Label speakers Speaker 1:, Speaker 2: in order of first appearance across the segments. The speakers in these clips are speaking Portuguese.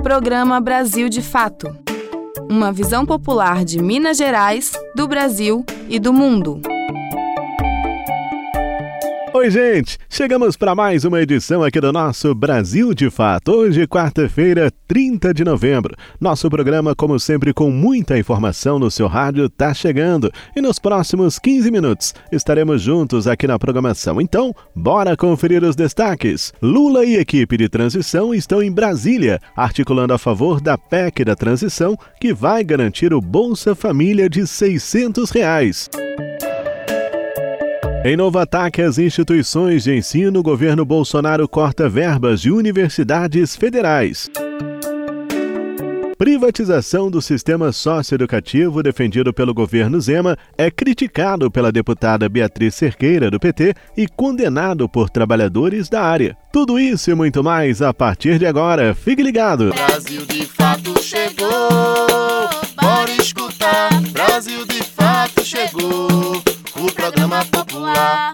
Speaker 1: Programa Brasil de Fato. Uma visão popular de Minas Gerais, do Brasil e do mundo.
Speaker 2: Oi, gente! Chegamos para mais uma edição aqui do nosso Brasil de Fato. Hoje, quarta-feira, 30 de novembro. Nosso programa, como sempre, com muita informação no seu rádio, tá chegando. E nos próximos 15 minutos estaremos juntos aqui na programação. Então, bora conferir os destaques. Lula e equipe de transição estão em Brasília, articulando a favor da PEC da transição, que vai garantir o Bolsa Família de R$ 600. Em novo ataque às instituições de ensino, o governo Bolsonaro corta verbas de universidades federais. Privatização do sistema socioeducativo defendido pelo governo Zema é criticado pela deputada Beatriz Cerqueira, do PT, e condenado por trabalhadores da área. Tudo isso e muito mais a partir de agora. Fique ligado!
Speaker 3: Brasil de Fato chegou, bora escutar. Brasil de Fato chegou, o programa popular.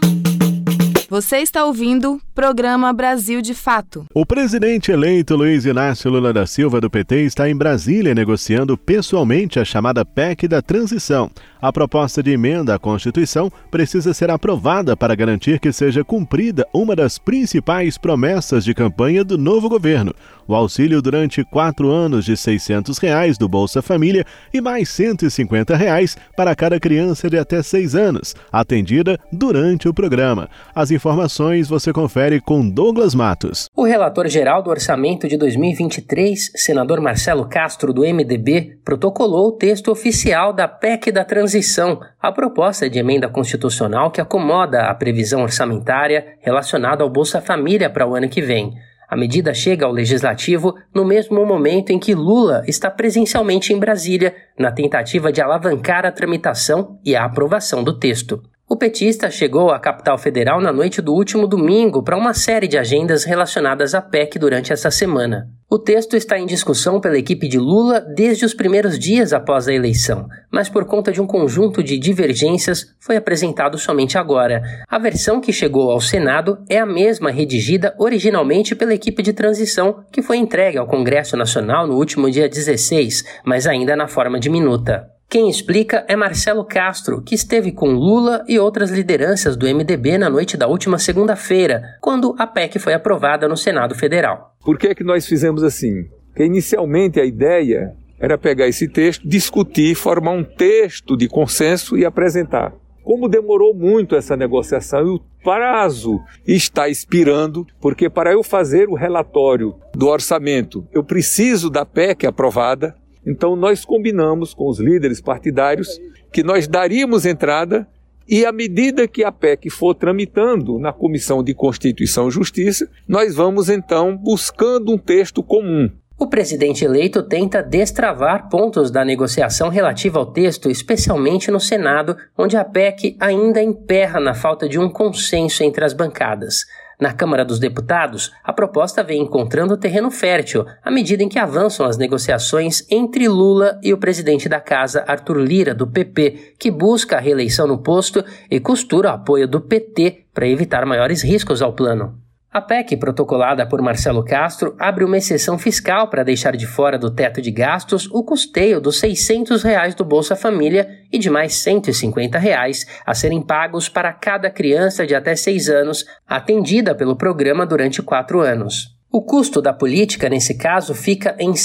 Speaker 1: Você está ouvindo Programa Brasil de Fato.
Speaker 2: O presidente eleito Luiz Inácio Lula da Silva, do PT, está em Brasília negociando pessoalmente a chamada PEC da transição. A proposta de emenda à Constituição precisa ser aprovada para garantir que seja cumprida uma das principais promessas de campanha do novo governo: o auxílio durante 4 anos de R$ 600 do Bolsa Família e mais R$ 150 para cada criança de até 6 anos, atendida durante o programa. As informações você confere com Douglas Matos.
Speaker 4: O relator-geral do orçamento de 2023, senador Marcelo Castro, do MDB, protocolou o texto oficial da PEC da transição, a proposta de emenda constitucional que acomoda a previsão orçamentária relacionada ao Bolsa Família para o ano que vem. A medida chega ao Legislativo no mesmo momento em que Lula está presencialmente em Brasília, na tentativa de alavancar a tramitação e a aprovação do texto. O petista chegou à capital federal na noite do último domingo para uma série de agendas relacionadas à PEC durante essa semana. O texto está em discussão pela equipe de Lula desde os primeiros dias após a eleição, mas por conta de um conjunto de divergências foi apresentado somente agora. A versão que chegou ao Senado é a mesma redigida originalmente pela equipe de transição, que foi entregue ao Congresso Nacional no último dia 16, mas ainda na forma diminuta. Quem explica é Marcelo Castro, que esteve com Lula e outras lideranças do MDB na noite da última segunda-feira, quando a PEC foi aprovada no Senado Federal.
Speaker 5: Por que que nós fizemos assim? Porque inicialmente a ideia era pegar esse texto, discutir, formar um texto de consenso e apresentar. Como demorou muito essa negociação e o prazo está expirando, porque para eu fazer o relatório do orçamento, eu preciso da PEC aprovada. Então nós combinamos com os líderes partidários que nós daríamos entrada e à medida que a PEC for tramitando na Comissão de Constituição e Justiça, nós vamos então buscando um texto comum.
Speaker 4: O presidente eleito tenta destravar pontos da negociação relativa ao texto, especialmente no Senado, onde a PEC ainda emperra na falta de um consenso entre as bancadas. Na Câmara dos Deputados, a proposta vem encontrando terreno fértil à medida em que avançam as negociações entre Lula e o presidente da Casa, Arthur Lira, do PP, que busca a reeleição no posto e costura o apoio do PT para evitar maiores riscos ao plano. A PEC, protocolada por Marcelo Castro, abre uma exceção fiscal para deixar de fora do teto de gastos o custeio dos R$ 600 do Bolsa Família e de mais R$ 150 a serem pagos para cada criança de até 6 anos atendida pelo programa durante 4 anos. O custo da política, nesse caso, fica em R$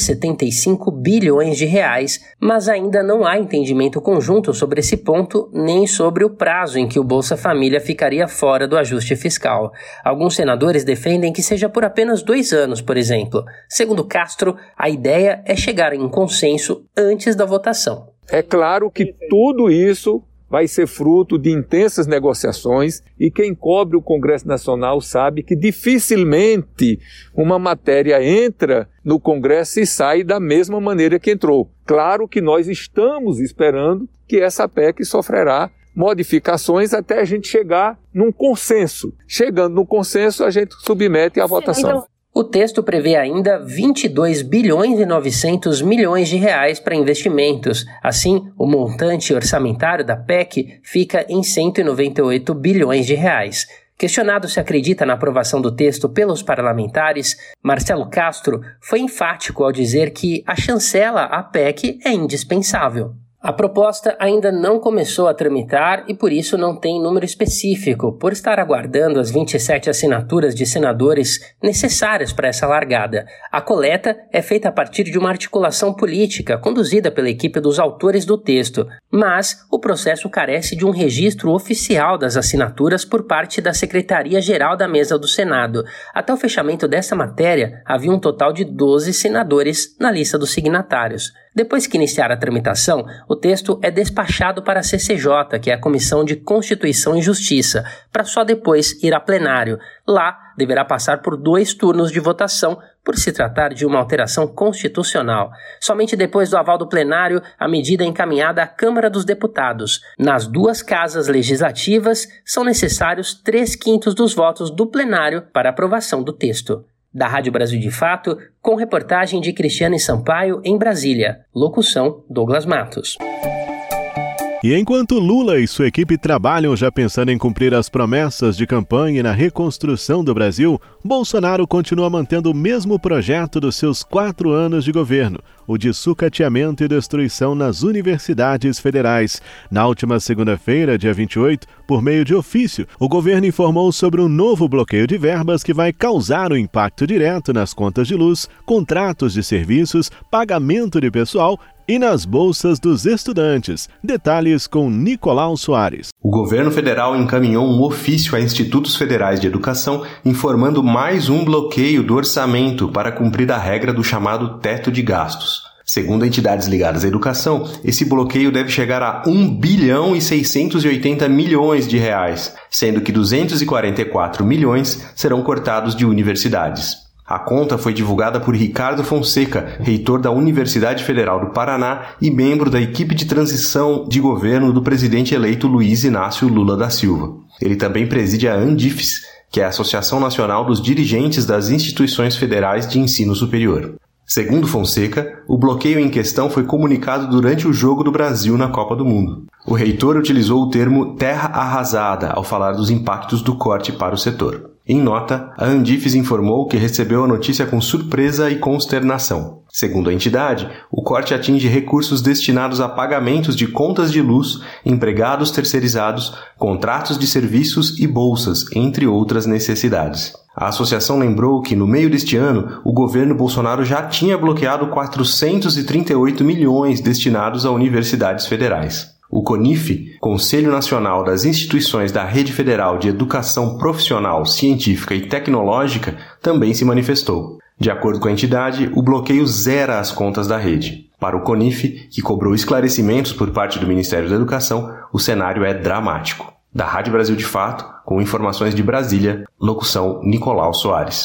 Speaker 4: 175 bilhões, mas ainda não há entendimento conjunto sobre esse ponto, nem sobre o prazo em que o Bolsa Família ficaria fora do ajuste fiscal. Alguns senadores defendem que seja por apenas 2 anos, por exemplo. Segundo Castro, a ideia é chegar em um consenso antes da votação.
Speaker 5: É claro que tudo isso vai ser fruto de intensas negociações e quem cobre o Congresso Nacional sabe que dificilmente uma matéria entra no Congresso e sai da mesma maneira que entrou. Claro que nós estamos esperando que essa PEC sofrerá modificações até a gente chegar num consenso. Chegando no consenso, a gente submete à votação.
Speaker 4: O texto prevê ainda 22 bilhões e 900 milhões de reais para investimentos. Assim, o montante orçamentário da PEC fica em 198 bilhões de reais. Questionado se acredita na aprovação do texto pelos parlamentares, Marcelo Castro foi enfático ao dizer que a chancela à PEC é indispensável. A proposta ainda não começou a tramitar e por isso não tem número específico, por estar aguardando as 27 assinaturas de senadores necessárias para essa largada. A coleta é feita a partir de uma articulação política conduzida pela equipe dos autores do texto, mas o processo carece de um registro oficial das assinaturas por parte da Secretaria-Geral da Mesa do Senado. Até o fechamento dessa matéria, havia um total de 12 senadores na lista dos signatários. Depois que iniciar a tramitação, o texto é despachado para a CCJ, que é a Comissão de Constituição e Justiça, para só depois ir a plenário. Lá, deverá passar por 2 turnos de votação, por se tratar de uma alteração constitucional. Somente depois do aval do plenário, a medida é encaminhada à Câmara dos Deputados. Nas 2 casas legislativas, são necessários 3/5 dos votos do plenário para aprovação do texto. Da Rádio Brasil de Fato, com reportagem de Cristiane Sampaio em Brasília. Locução, Douglas Matos.
Speaker 2: E enquanto Lula e sua equipe trabalham já pensando em cumprir as promessas de campanha e na reconstrução do Brasil, Bolsonaro continua mantendo o mesmo projeto dos seus 4 anos de governo, o de sucateamento e destruição nas universidades federais. Na última segunda-feira, dia 28, por meio de ofício, o governo informou sobre um novo bloqueio de verbas que vai causar um impacto direto nas contas de luz, contratos de serviços, pagamento de pessoal e nas bolsas dos estudantes. Detalhes com Nicolau Soares.
Speaker 6: O governo federal encaminhou um ofício a institutos federais de educação informando mais um bloqueio do orçamento para cumprir a regra do chamado teto de gastos. Segundo entidades ligadas à educação, esse bloqueio deve chegar a 1 bilhão e 680 milhões de reais, sendo que 244 milhões serão cortados de universidades. A conta foi divulgada por Ricardo Fonseca, reitor da Universidade Federal do Paraná e membro da equipe de transição de governo do presidente eleito Luiz Inácio Lula da Silva. Ele também preside a ANDIFES, que é a Associação Nacional dos Dirigentes das Instituições Federais de Ensino Superior. Segundo Fonseca, o bloqueio em questão foi comunicado durante o Jogo do Brasil na Copa do Mundo. O reitor utilizou o termo terra arrasada ao falar dos impactos do corte para o setor. Em nota, a Andifes informou que recebeu a notícia com surpresa e consternação. Segundo a entidade, o corte atinge recursos destinados a pagamentos de contas de luz, empregados terceirizados, contratos de serviços e bolsas, entre outras necessidades. A associação lembrou que, no meio deste ano, o governo Bolsonaro já tinha bloqueado 438 milhões destinados a universidades federais. O CONIF, Conselho Nacional das Instituições da Rede Federal de Educação Profissional, Científica e Tecnológica, também se manifestou. De acordo com a entidade, o bloqueio zera as contas da rede. Para o CONIF, que cobrou esclarecimentos por parte do Ministério da Educação, o cenário é dramático. Da Rádio Brasil de Fato, com informações de Brasília, locução Nicolau Soares.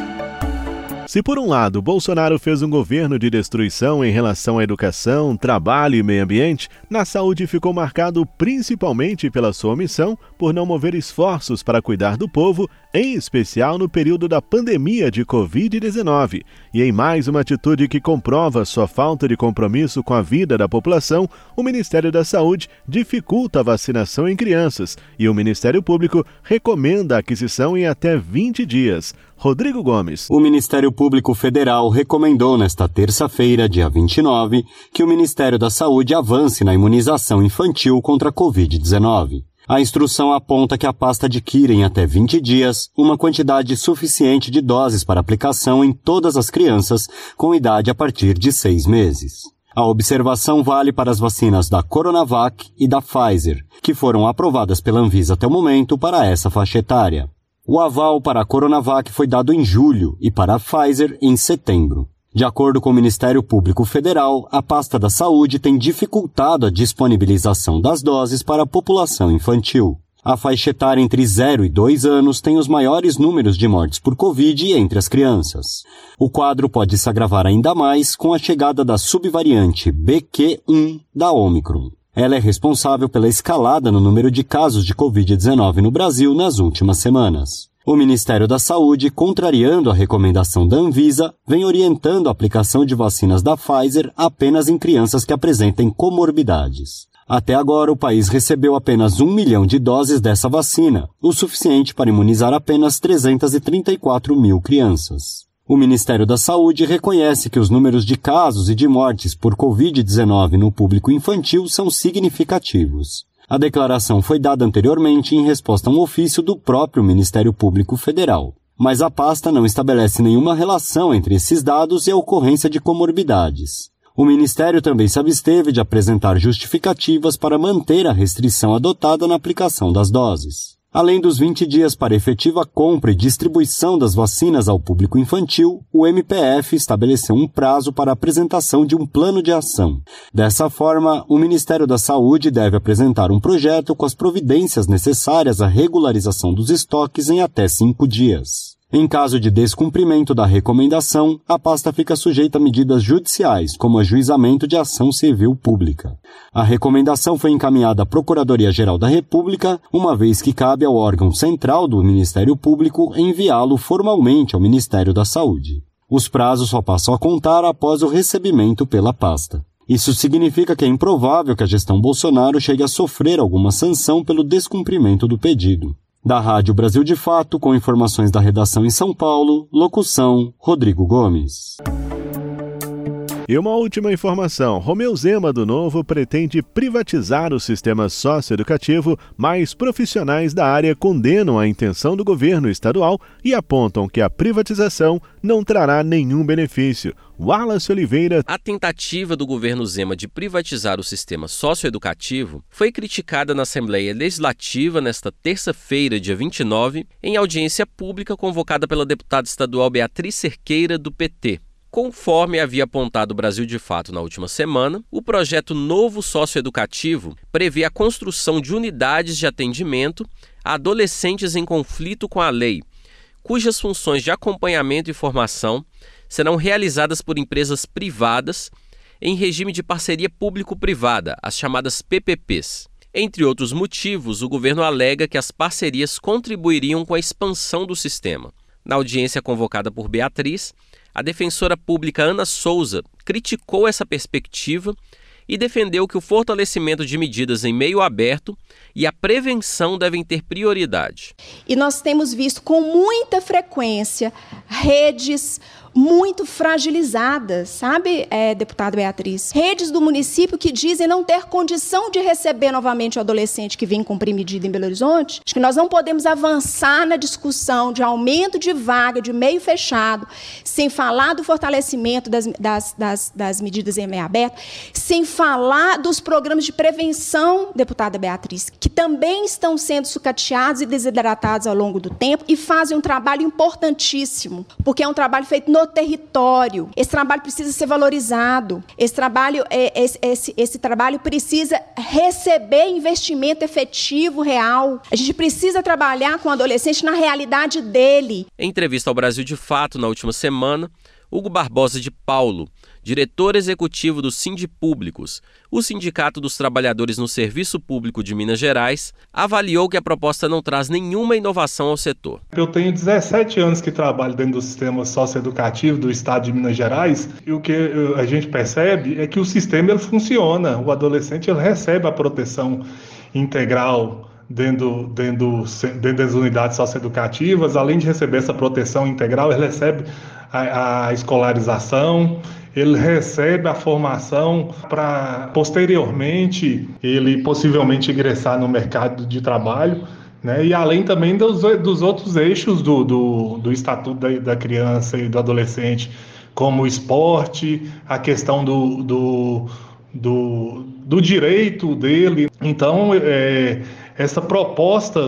Speaker 2: Se por um lado Bolsonaro fez um governo de destruição em relação à educação, trabalho e meio ambiente, na saúde ficou marcado principalmente pela sua omissão por não mover esforços para cuidar do povo, em especial no período da pandemia de Covid-19. E em mais uma atitude que comprova sua falta de compromisso com a vida da população, o Ministério da Saúde dificulta a vacinação em crianças e o Ministério Público recomenda a aquisição em até 20 dias. Rodrigo Gomes.
Speaker 7: O Ministério Público Federal recomendou nesta terça-feira, dia 29, que o Ministério da Saúde avance na imunização infantil contra a Covid-19. A instrução aponta que a pasta adquira em até 20 dias uma quantidade suficiente de doses para aplicação em todas as crianças com idade a partir de 6 meses. A observação vale para as vacinas da Coronavac e da Pfizer, que foram aprovadas pela Anvisa até o momento para essa faixa etária. O aval para a Coronavac foi dado em julho e para a Pfizer em setembro. De acordo com o Ministério Público Federal, a pasta da saúde tem dificultado a disponibilização das doses para a população infantil. A faixa etária entre 0 e 2 anos tem os maiores números de mortes por Covid entre as crianças. O quadro pode se agravar ainda mais com a chegada da subvariante BQ.1 da Omicron. Ela é responsável pela escalada no número de casos de Covid-19 no Brasil nas últimas semanas. O Ministério da Saúde, contrariando a recomendação da Anvisa, vem orientando a aplicação de vacinas da Pfizer apenas em crianças que apresentem comorbidades. Até agora, o país recebeu apenas 1 milhão de doses dessa vacina, o suficiente para imunizar apenas 334 mil crianças. O Ministério da Saúde reconhece que os números de casos e de mortes por Covid-19 no público infantil são significativos. A declaração foi dada anteriormente em resposta a um ofício do próprio Ministério Público Federal. Mas a pasta não estabelece nenhuma relação entre esses dados e a ocorrência de comorbidades. O Ministério também se absteve de apresentar justificativas para manter a restrição adotada na aplicação das doses. Além dos 20 dias para efetiva compra e distribuição das vacinas ao público infantil, o MPF estabeleceu um prazo para a apresentação de um plano de ação. Dessa forma, o Ministério da Saúde deve apresentar um projeto com as providências necessárias à regularização dos estoques em até 5 dias. Em caso de descumprimento da recomendação, a pasta fica sujeita a medidas judiciais, como ajuizamento de ação civil pública. A recomendação foi encaminhada à Procuradoria-Geral da República, uma vez que cabe ao órgão central do Ministério Público enviá-lo formalmente ao Ministério da Saúde. Os prazos só passam a contar após o recebimento pela pasta. Isso significa que é improvável que a gestão Bolsonaro chegue a sofrer alguma sanção pelo descumprimento do pedido. Da Rádio Brasil de Fato, com informações da redação em São Paulo, locução Rodrigo Gomes.
Speaker 2: E uma última informação, Romeu Zema do Novo pretende privatizar o sistema socioeducativo, mas profissionais da área condenam a intenção do governo estadual e apontam que a privatização não trará nenhum benefício. Wallace Oliveira.
Speaker 8: A tentativa do governo Zema de privatizar o sistema socioeducativo foi criticada na Assembleia Legislativa nesta terça-feira, dia 29, em audiência pública convocada pela deputada estadual Beatriz Cerqueira, do PT. Conforme havia apontado o Brasil de Fato na última semana, o projeto Novo Socioeducativo prevê a construção de unidades de atendimento a adolescentes em conflito com a lei, cujas funções de acompanhamento e formação serão realizadas por empresas privadas em regime de parceria público-privada, as chamadas PPPs. Entre outros motivos, o governo alega que as parcerias contribuiriam com a expansão do sistema. Na audiência convocada por Beatriz, a defensora pública Ana Souza criticou essa perspectiva e defendeu que o fortalecimento de medidas em meio aberto e a prevenção devem ter prioridade.
Speaker 9: E nós temos visto com muita frequência redes muito fragilizadas, sabe, deputada Beatriz? Redes do município que dizem não ter condição de receber novamente o adolescente que vem cumprir medida em Belo Horizonte. Acho que nós não podemos avançar na discussão de aumento de vaga de meio fechado, sem falar do fortalecimento das medidas em meio aberto, sem falar dos programas de prevenção, deputada Beatriz, que também estão sendo sucateados e desidratados ao longo do tempo e fazem um trabalho importantíssimo, porque é um trabalho feito no território. Esse trabalho precisa ser valorizado. Esse trabalho precisa receber investimento efetivo, real. A gente precisa trabalhar com o adolescente na realidade dele.
Speaker 8: Em entrevista ao Brasil de Fato, na última semana, Hugo Barbosa de Paulo, diretor executivo do Sindipúblicos, o Sindicato dos Trabalhadores no Serviço Público de Minas Gerais, avaliou que a proposta não traz nenhuma inovação ao setor.
Speaker 10: Eu tenho 17 anos que trabalho dentro do sistema socioeducativo do estado de Minas Gerais e o que a gente percebe é que o sistema ele funciona. O adolescente ele recebe a proteção integral dentro das unidades socioeducativas. Além de receber essa proteção integral, ele recebe a escolarização, ele recebe a formação para, posteriormente, ele possivelmente ingressar no mercado de trabalho, né? E além também dos outros eixos do Estatuto da Criança e do Adolescente, como o esporte, a questão do direito dele. Então, essa proposta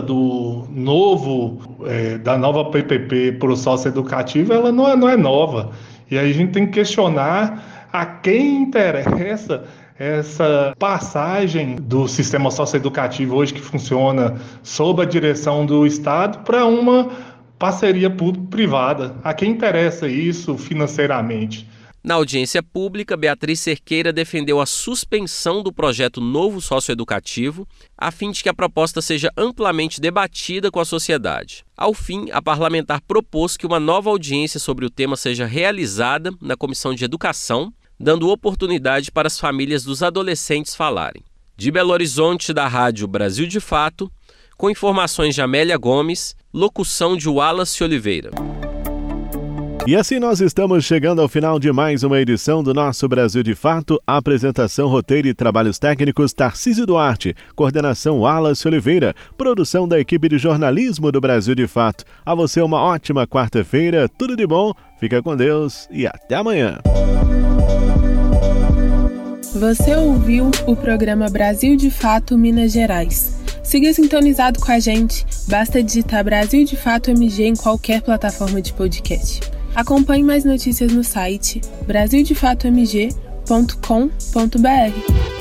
Speaker 10: da nova PPP para o socioeducativo, ela não é nova. E aí a gente tem que questionar a quem interessa essa passagem do sistema socioeducativo hoje que funciona sob a direção do Estado para uma parceria público-privada. A quem interessa isso financeiramente?
Speaker 8: Na audiência pública, Beatriz Cerqueira defendeu a suspensão do projeto Novo Socioeducativo, a fim de que a proposta seja amplamente debatida com a sociedade. Ao fim, a parlamentar propôs que uma nova audiência sobre o tema seja realizada na Comissão de Educação, dando oportunidade para as famílias dos adolescentes falarem. De Belo Horizonte, da Rádio Brasil de Fato, com informações de Amélia Gomes, locução de Wallace Oliveira.
Speaker 2: E assim nós estamos chegando ao final de mais uma edição do nosso Brasil de Fato. Apresentação, roteiro e trabalhos técnicos Tarcísio Duarte. Coordenação Wallace Oliveira. Produção da equipe de jornalismo do Brasil de Fato. A você uma ótima quarta-feira. Tudo de bom. Fica com Deus e até amanhã.
Speaker 11: Você ouviu o programa Brasil de Fato Minas Gerais. Siga sintonizado com a gente. Basta digitar Brasil de Fato MG em qualquer plataforma de podcast. Acompanhe mais notícias no site brasildefatomg.com.br.